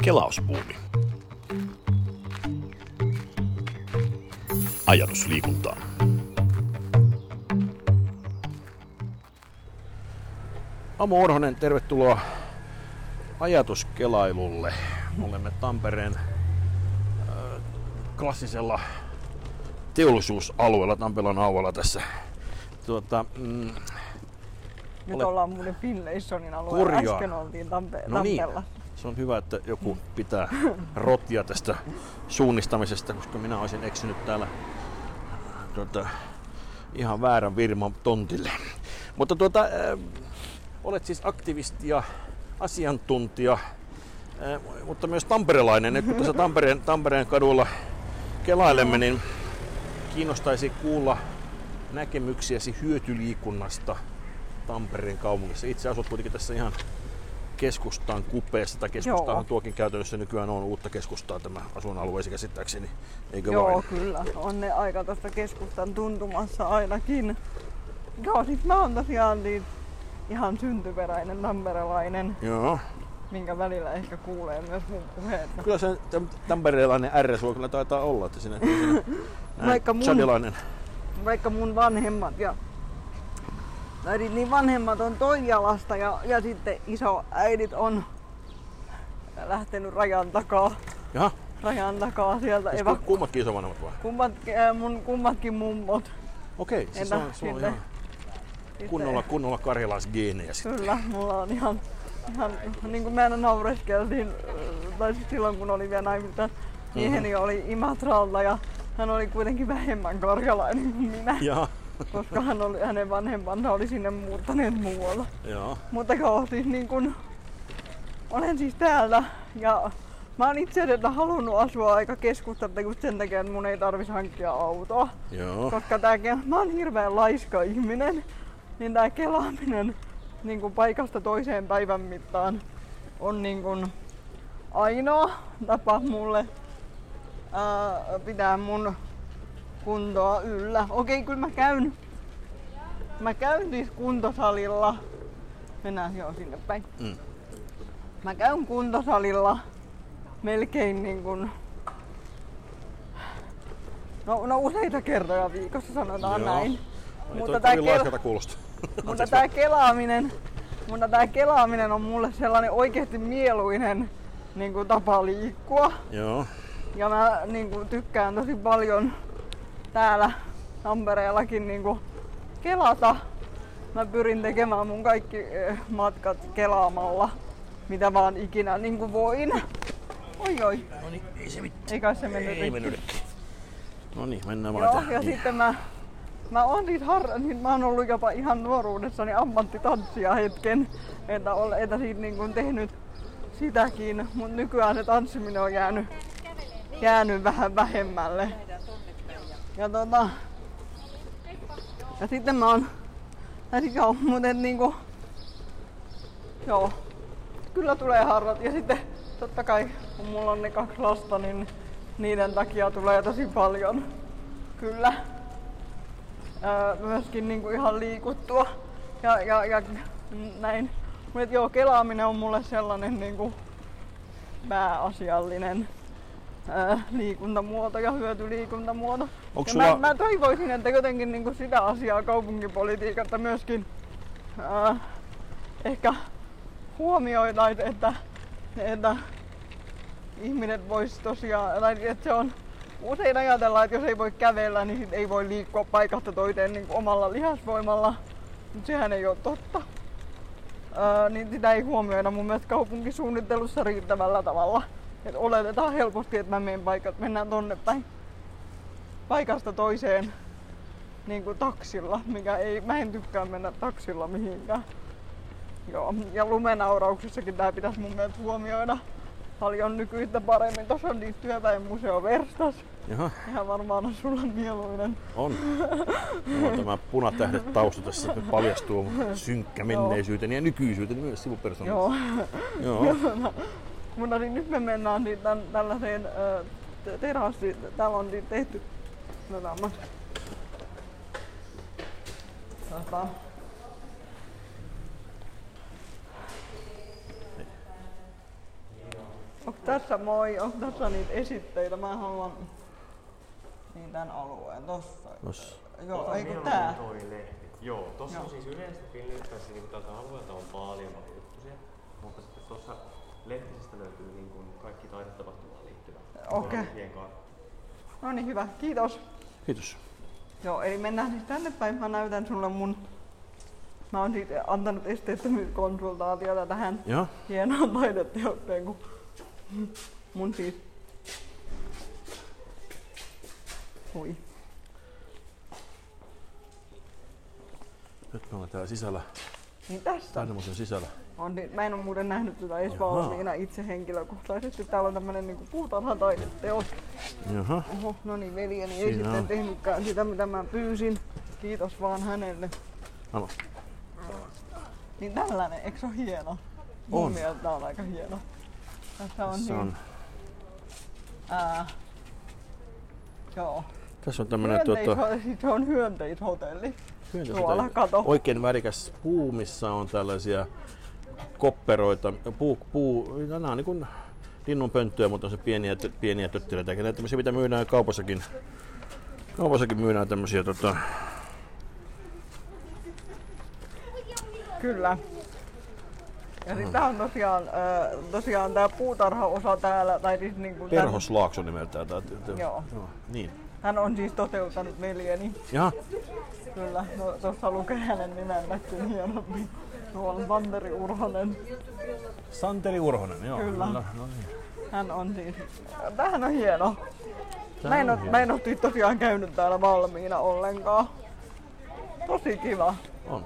Kelausbuumi. Ajatusliikuntaa. Amo Orhonen, tervetuloa ajatuskelailulle. Olemme Tampereen klassisella teollisuusalueella, Tampelan auvalla tässä. Nyt ollaan muuten Finlaysonin alueella. Äsken oltiin Tampella. Niin. Se on hyvä, että joku pitää rotia tästä suunnistamisesta, koska minä olisin eksynyt täällä ihan väärän firman tontille. Mutta olet siis aktivisti ja asiantuntija, mutta myös tamperelainen. Kun tässä Tampereen kaduilla kelailemme, niin kiinnostaisi kuulla näkemyksiäsi hyötyliikunnasta Tampereen kaupungissa. Itse asut kuitenkin tässä ihan keskustan kupeessa, tai keskustahan tuokin käytännössä nykyään on uutta keskustaa tämä asuinalueesi käsittääkseni, eikö Joo, vain? Kyllä. On ne aika tuosta keskustan tuntumassa ainakin. Joo, sit mä oon tosiaan ihan syntyperäinen tamperelainen. Joo. Minkä välillä ehkä kuulee myös mun puheet. Kyllä se tamperelainen R sulla kyllä taitaa olla, että sinä vaikka mun vanhemmat ja äidit, niin vanhemmat on Toijalasta ja sitten isoäidit on lähtenyt rajan takaa. Jaha. Rajan takaa sieltä. Kummatkin isovanhemmat vai? Kummatkin mummot. Okei, siis se on ihan kunnolla karjalaisgeenejä sitten. Kyllä, mulla on ihan niin kuin me aina naureskeltiin, tai silloin kun oli vielä naimisissa, mieheni oli Imatralta ja hän oli kuitenkin vähemmän karjalainen kuin minä. Jaha. Koska hänen vanhempansa oli sinne muuttaneet muualla. Joo. Mutta siis niin kun, olen siis täällä ja mä oon itse asiassa halunnut asua aika keskustassa just sen takia, että mun ei tarvitsisi hankkia autoa. Joo. Koska mä oon hirveän laiska ihminen, niin tää kelaaminen niin kun paikasta toiseen päivän mittaan on niin kun ainoa tapa mulle pitää mun kuntoa yllä. Okei, kyllä mä käyn siis kuntosalilla. Mennään jo sinne päin. Mä käyn kuntosalilla melkein niin kuin useita kertoja viikossa, sanotaan näin. Mutta tää kelaaminen on mulle sellainen oikeasti mieluinen niin kuin tapa liikkua. Joo. Ja mä niin kuin tykkään tosi paljon täällä Tampereellakin niinku kelata. Mä pyrin tekemään mun kaikki matkat kelaamalla, mitä vaan ikinä niinku voin. Oi. Noniin, ei se mitään. Ei kai se mennyt rikki. Noniin, mennään vaan tähän. tähän. Ja sitten mä oon mä oon ollut jopa ihan nuoruudessani ammattitanssija hetken, että siitä niinku tehnyt sitäkin, mut nykyään se tanssiminen on jäänyt vähän vähemmälle. Ja sitten mä oon muuten niinku, kyllä tulee harrat ja sitten totta kai kun mulla on ne 2 lasta, niin niiden takia tulee tosi paljon kyllä myöskin niinku ihan liikuttua ja näin. Mutta kelaaminen on mulle sellainen niinku pääasiallinen liikuntamuoto ja hyötyliikuntamuoto. Mä toivoisin, että jotenkin niin kuin sitä asiaa kaupunkipolitiikasta myöskin ehkä huomioitaisiin, että ihmiset vois tosiaan, tai että se on usein ajatellaan, että jos ei voi kävellä, niin sit ei voi liikkua paikasta toiseen niin kuin omalla lihasvoimalla, mutta sehän ei ole totta. Niin sitä ei huomioida mun mielestä kaupunkisuunnittelussa riittävällä tavalla. Et oletetaan helposti, että mennään tonne päin paikasta toiseen niin kuin taksilla, mä en tykkää mennä taksilla mihinkään. Joo, ja lumenaurauksessakin tää pitäisi mun mielestä huomioida paljon nykyistä paremmin. Tuossa on niitä työväenmuseo Verstas. Jaha. Ihan varmaan on sulla mieluinen. On. Tämä punatähdet tausta tässä paljastuu synkkä menneisyyteni ja nykyisyyteni myös sivupersoonassa. Joo. Mutta nyt me mennään tällaiseen terassiin. Täällä on tehty Tässä moi, on tässä niitä esitteitä. Mä haluan niin tän alueen tossa. Joo, eikö tää? Joo, tossa on siis yleensä Finlandissa niin tältä alueelta on paljon juttuja, mutta sitten tuossa lehtisestä löytyy niin kuin kaikki taidetapahtumaan liittyvät. Okei. No niin, hyvä. Kiitos. Kiitos. Joo, eli mennään siis tänne päin. Mä näytän sulle mä oon siitä antanut esteettömyyskonsultaatiota tähän hienoon taideteokseen, kun mun siis... Oi. Nyt me ollaan täällä sisällä. Niin tässä? Taidemuseon sisällä. Mä en oo muuten nähnyt tätä edes valmiina itse henkilökohtaisesti. Täällä on tämmönen niinku puutarhataideteos. Jaha. Oho, no niin, veljeni ei sitten tehnytkään sitä mitä mä pyysin. Kiitos vaan hänelle. Alo. Niin tällainen, eikö se ole hieno? Mun mielestä tää on aika hieno. Tässä on niin... Joo. Tässä on tämmönen se on hyönteishotelli. Tuolla kato. Oikein värikäs puu, missä on tällaisia kopperoita. Nämä on niin kuin linnunpönttöjä, mutta on se pieniä töttilöitä. Näitä tämmöisiä, mitä myydään kaupassakin. Kaupassakin myydään tämmöisiä Kyllä. Ja sitten tää on tosiaan tää puutarhaosa täällä, tai siis niinku Perhoslaakso nimeltään. Joo. Niin. Hän on siis toteuttanut veljeni. Jaha. Kyllä, no, tuossa lukee hänen nimellään hienommin. Tuolla on Santeri Urhonen. Santeri Urhonen, joo. Kyllä. No niin. Hän on siis... Tämähän on hieno. Mä en ole tosiaan käynyt täällä valmiina ollenkaan. Tosi kiva. On.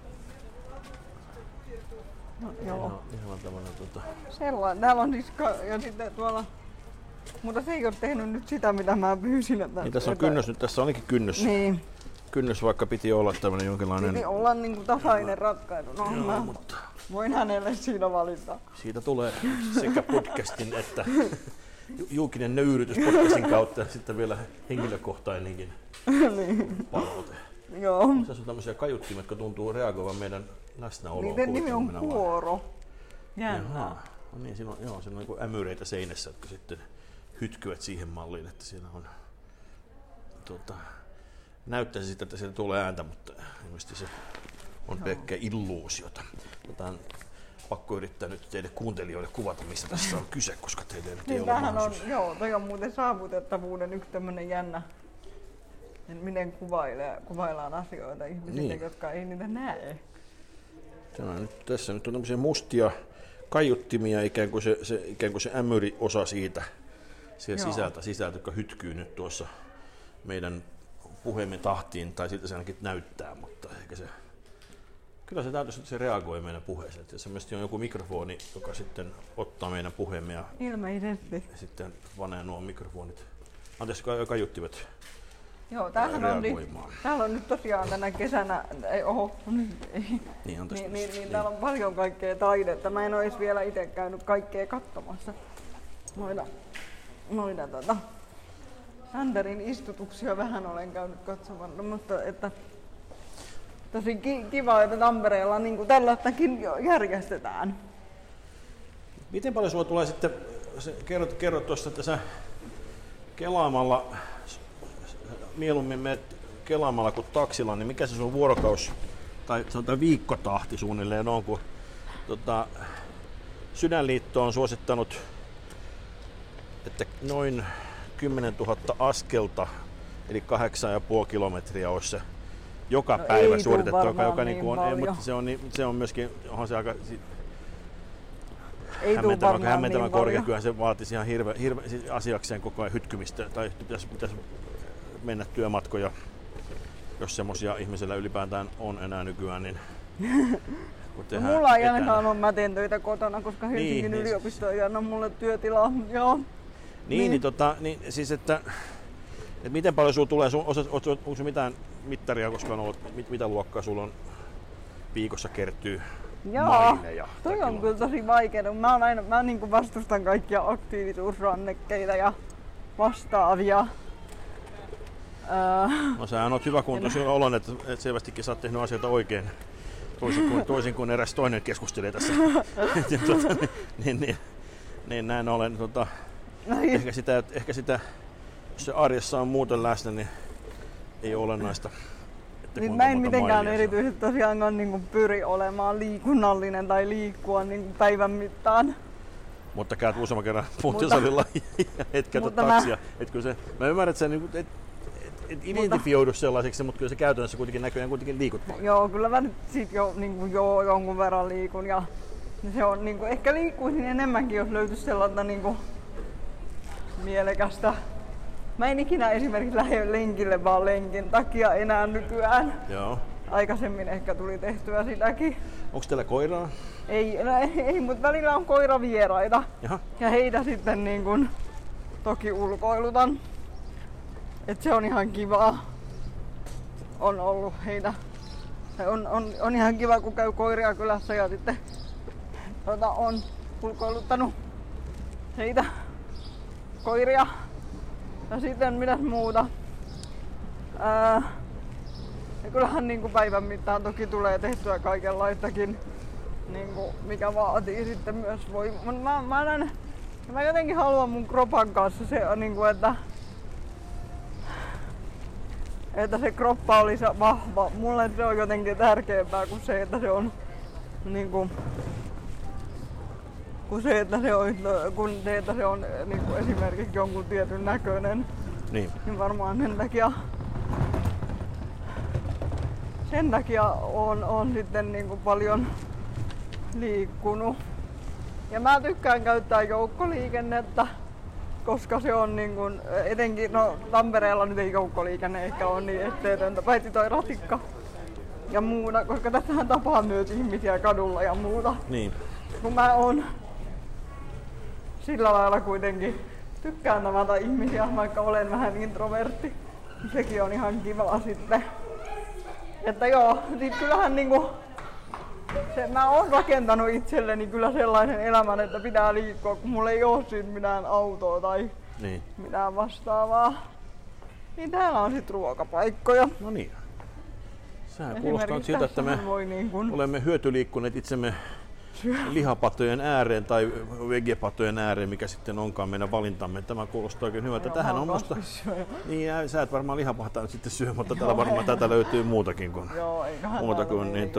No, joo. Ihan tämmönen Sellainen. Täällä on siis ja sitten tuolla... Mutta se ei ole tehnyt nyt sitä, mitä mä pyysin. Että, niin tässä on kynnys nyt, tässä olikin kynnys. Niin. Kynnys vaikka piti olla tämmönen jonkinlainen... Piti olla niinku tasainen ratkaisu. No, joo, mutta... Voin hänelle siinä valita. Siitä tulee sekä podcastin että julkinen nöyrytys podcastin kautta ja sitten vielä henkilökohtainenkin palaute. Joo. Tässä on tämmöisiä kaiuttimia, jotka tuntuu reagoivan meidän läsnäoloon. Niiden nimi on Kuoro. Jännää. No niin, siinä on niin ämyreitä seinässä, jotka sitten hytkyvät siihen malliin, että siinä on... näyttäisi sitten, että sieltä tulee ääntä, mutta ilmeisesti se on pelkkä illuusiota. On pakko yrittää nyt teille kuuntelijoille kuvata, mistä tässä on kyse, koska teille ei ole mahdollisuus. Joo, toi on muuten saavutettavuuden yksi tämmönen jännä, miten kuvaillaan asioita ihmisille, jotka ei niitä näe. Tässä nyt on tämmöisiä mustia kaiuttimia, ikään kuin se ämyriosa siitä sisältä, joka hytkyy nyt tuossa meidän puheemme tahtiin, tai siltä se ainakin näyttää, mutta ehkä se... Kyllä se täytyy, että se reagoi meidän puheeseen. Semmoisesti on joku mikrofoni, joka sitten ottaa meidän puheemme ja ilmeisesti sitten panee nuo mikrofonit. Anteeksi, kaiuttimet. Joo, täällä on nyt tosiaan tänä kesänä, niin täällä on paljon kaikkea taidetta. Mä en ole edes vielä itse käynyt kaikkea katsomassa. Noita Santerin istutuksia vähän olen käynyt katsomaan, mutta että tosi kiva, että Tampereella niin tällaistakin järjestetään. Miten paljon sulla tulee sitten, kerrot tuossa, että sä kelaamalla, mieluummin menet kelaamalla kuin taksilla, niin mikä se sun vuorokaus tai sanotaan viikkotahti suunnilleen on, kun Sydänliitto on suosittanut, että noin 10 000 askelta, eli 8,5 kilometriä olisi se joka päivä suoritettava, joka niin on, ei, mutta se on myöskin, onhan se aika hämmentävän korkea, kyllä se vaatisi ihan hirveä asiakseen koko ajan hytkymistä, tai pitäisi mennä työmatkoja, jos semmoisia ihmisellä ylipäätään on enää nykyään, niin mulla ei ainakaan ole, mä teen töitä kotona, koska Helsingin yliopisto ei anna mulle työtilaa. Joo. Niin, siis että miten paljon sulla tulee, onko se mitään mittaria koskaan ollut, mitä luokkaa sulla on viikossa kertyy maileja? Toi on kyllä tosi vaikeaa. Mä niin vastustan kaikkia aktiivisuusrannekkeita ja vastaavia. No sähän oot hyväkuntoisen olon, että selvästikin sä oot tehnyt asioita oikein. Toisin kuin eräs toinen keskustelee tässä. Niin näin ollen, ehkä sitä, jos se arjessa on muuten läsnä, niin ei ole olennaista. Niin mä en mitenkään erityisesti tosiaankaan niin pyri olemaan liikunnallinen tai liikkua niin päivän mittaan. Mutta käyt useamman kerran punttisalilla ja hetket taksia. Mä ymmärrän, että sä et identifioidu sellaiseksi, mutta kyllä se käytännössä kuitenkin näköjään kuitenkin liikut paljon. Joo, kyllä mä nyt sit jo jonkun verran liikun. Ja se on, niin kuin, ehkä liikkuisin enemmänkin, jos löytyisi sellaista niin kuin mielekästä. Mä en ikinä esimerkiksi lähde lenkille vaan lenkin takia enää nykyään. Joo. Aikaisemmin ehkä tuli tehtyä sitäkin. Onko teillä koiraa? Ei, mutta välillä on koiravieraita. Jaha. Ja heitä sitten niin kun, toki ulkoilutan. Et se on ihan kivaa. On ollut heitä. On ihan kiva, kun käy koiria kylässä ja sitten on ulkoiluttanut heitä koiria. Ja sitten mitäs muuta. Ja kyllähän niin kuin päivän mittaan toki tulee tehtyä kaikenlaistakin, niin kuin mikä vaatii sitten myös voimaa. Mä jotenkin haluan mun kropan kanssa se, niin kuin, että se kroppa olisi vahva. Mulle se on jotenkin tärkeämpää kuin se, että se on niin kuin, kuin se, että se on niin kuin esimerkiksi jonkun tietyn näköinen. Niin varmaan sen takia on sitten niin kuin paljon liikkunut. Ja mä tykkään käyttää joukkoliikennettä, koska se on niin kuin, etenkin Tampereella nyt ei joukkoliikenne ehkä ole niin esteetöntä, paitsi toi ratikka ja muuta, koska tässähän tapaa myös ihmisiä kadulla ja muuta. Niin. Kun mä oon sillä lailla kuitenkin tykkään tavata ihmisiä, vaikka olen vähän introvertti. Sekin on ihan kiva sitten. Että joo, sit kyllähän niinku, mä oon rakentanut itselleni kyllä sellaisen elämän, että pitää liikkua, kun mulla ei oo siitä mitään autoa tai mitään vastaavaa. Niin täällä on sit ruokapaikkoja. No niin. Sehän kuulostaa siltä, että me olemme hyötyliikkuneet itsemme lihapatojen ääreen tai vegepatojen ääreen, mikä sitten onkaan meidän valintamme. Tämä kuulostaa oikein hyvältä. Tähän on musta... Niin, sä et varmaan lihapataa nyt sitten syö, mutta täällä varmaan tätä löytyy muutakin kuin... Joo, eiköhän niin,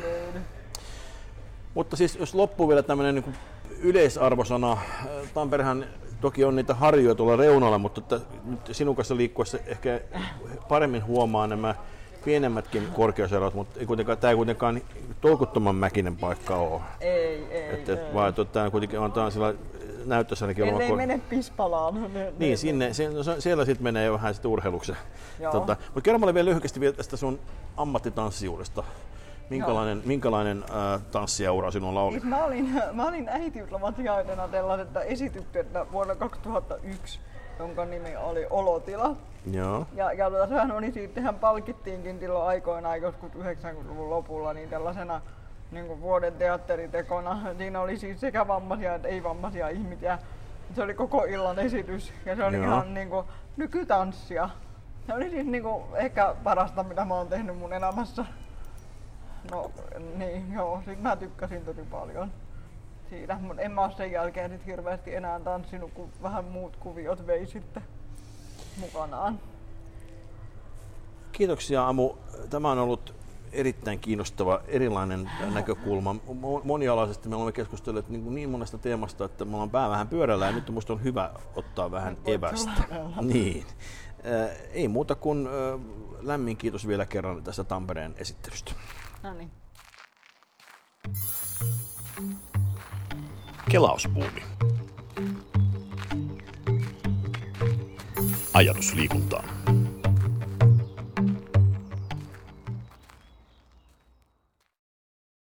Mutta siis jos loppuu vielä tämmöinen niin yleisarvosana, Tamperehan toki on niitä harjoja tuolla reunalla, mutta nyt sinun kanssa liikkuessa ehkä paremmin huomaa nämä pienemmätkin korkeuserot, mutta tämä ei kuitenkaan tolkuttoman mäkinen paikka ole. Ei. Vaan tämä kuitenkin on sillä näyttössäkin oleva... Ei mene Pispalaan. Niin, siellä sitten menee vähän urheiluksi. Mutta kerro mulle vielä lyhyesti vielä tästä sun ammattitanssijuudesta. Minkälainen tanssijaura sinulla oli? Mä olin äitiyslomatsijaisena tällaisesta esityksestä vuonna 2001, jonka nimi oli Olotila. Joo. Ja sehän oli siitähän palkittiinkin silloin aikoinaan joskus 90-luvun lopulla niin tällaisena niin kuin vuoden teatteritekona. Siinä oli siis sekä vammaisia että ei-vammaisia ihmisiä. Se oli koko illan esitys ja se oli ihan niin kuin nykytanssia. Se oli siis niin kuin ehkä parasta mitä mä oon tehnyt mun elämässä. No niin joo, sit mä tykkäsin tosi paljon siitä, mutta en mä oo sen jälkeen sit hirveästi enää tanssinut, kun vähän muut kuviot vei sitten mukanaan. Kiitoksia Amu. Tämä on ollut erittäin kiinnostava, erilainen näkökulma. Monialaisesti me olemme keskustelleet niin monesta teemasta, että me ollaan pää vähän pyörällä ja nyt musta on hyvä ottaa vähän evästä. Niin. Ei muuta kuin lämmin kiitos vielä kerran tästä Tampereen esittelystä. No niin. Kelausbuumi. Ajatusliikuntaa.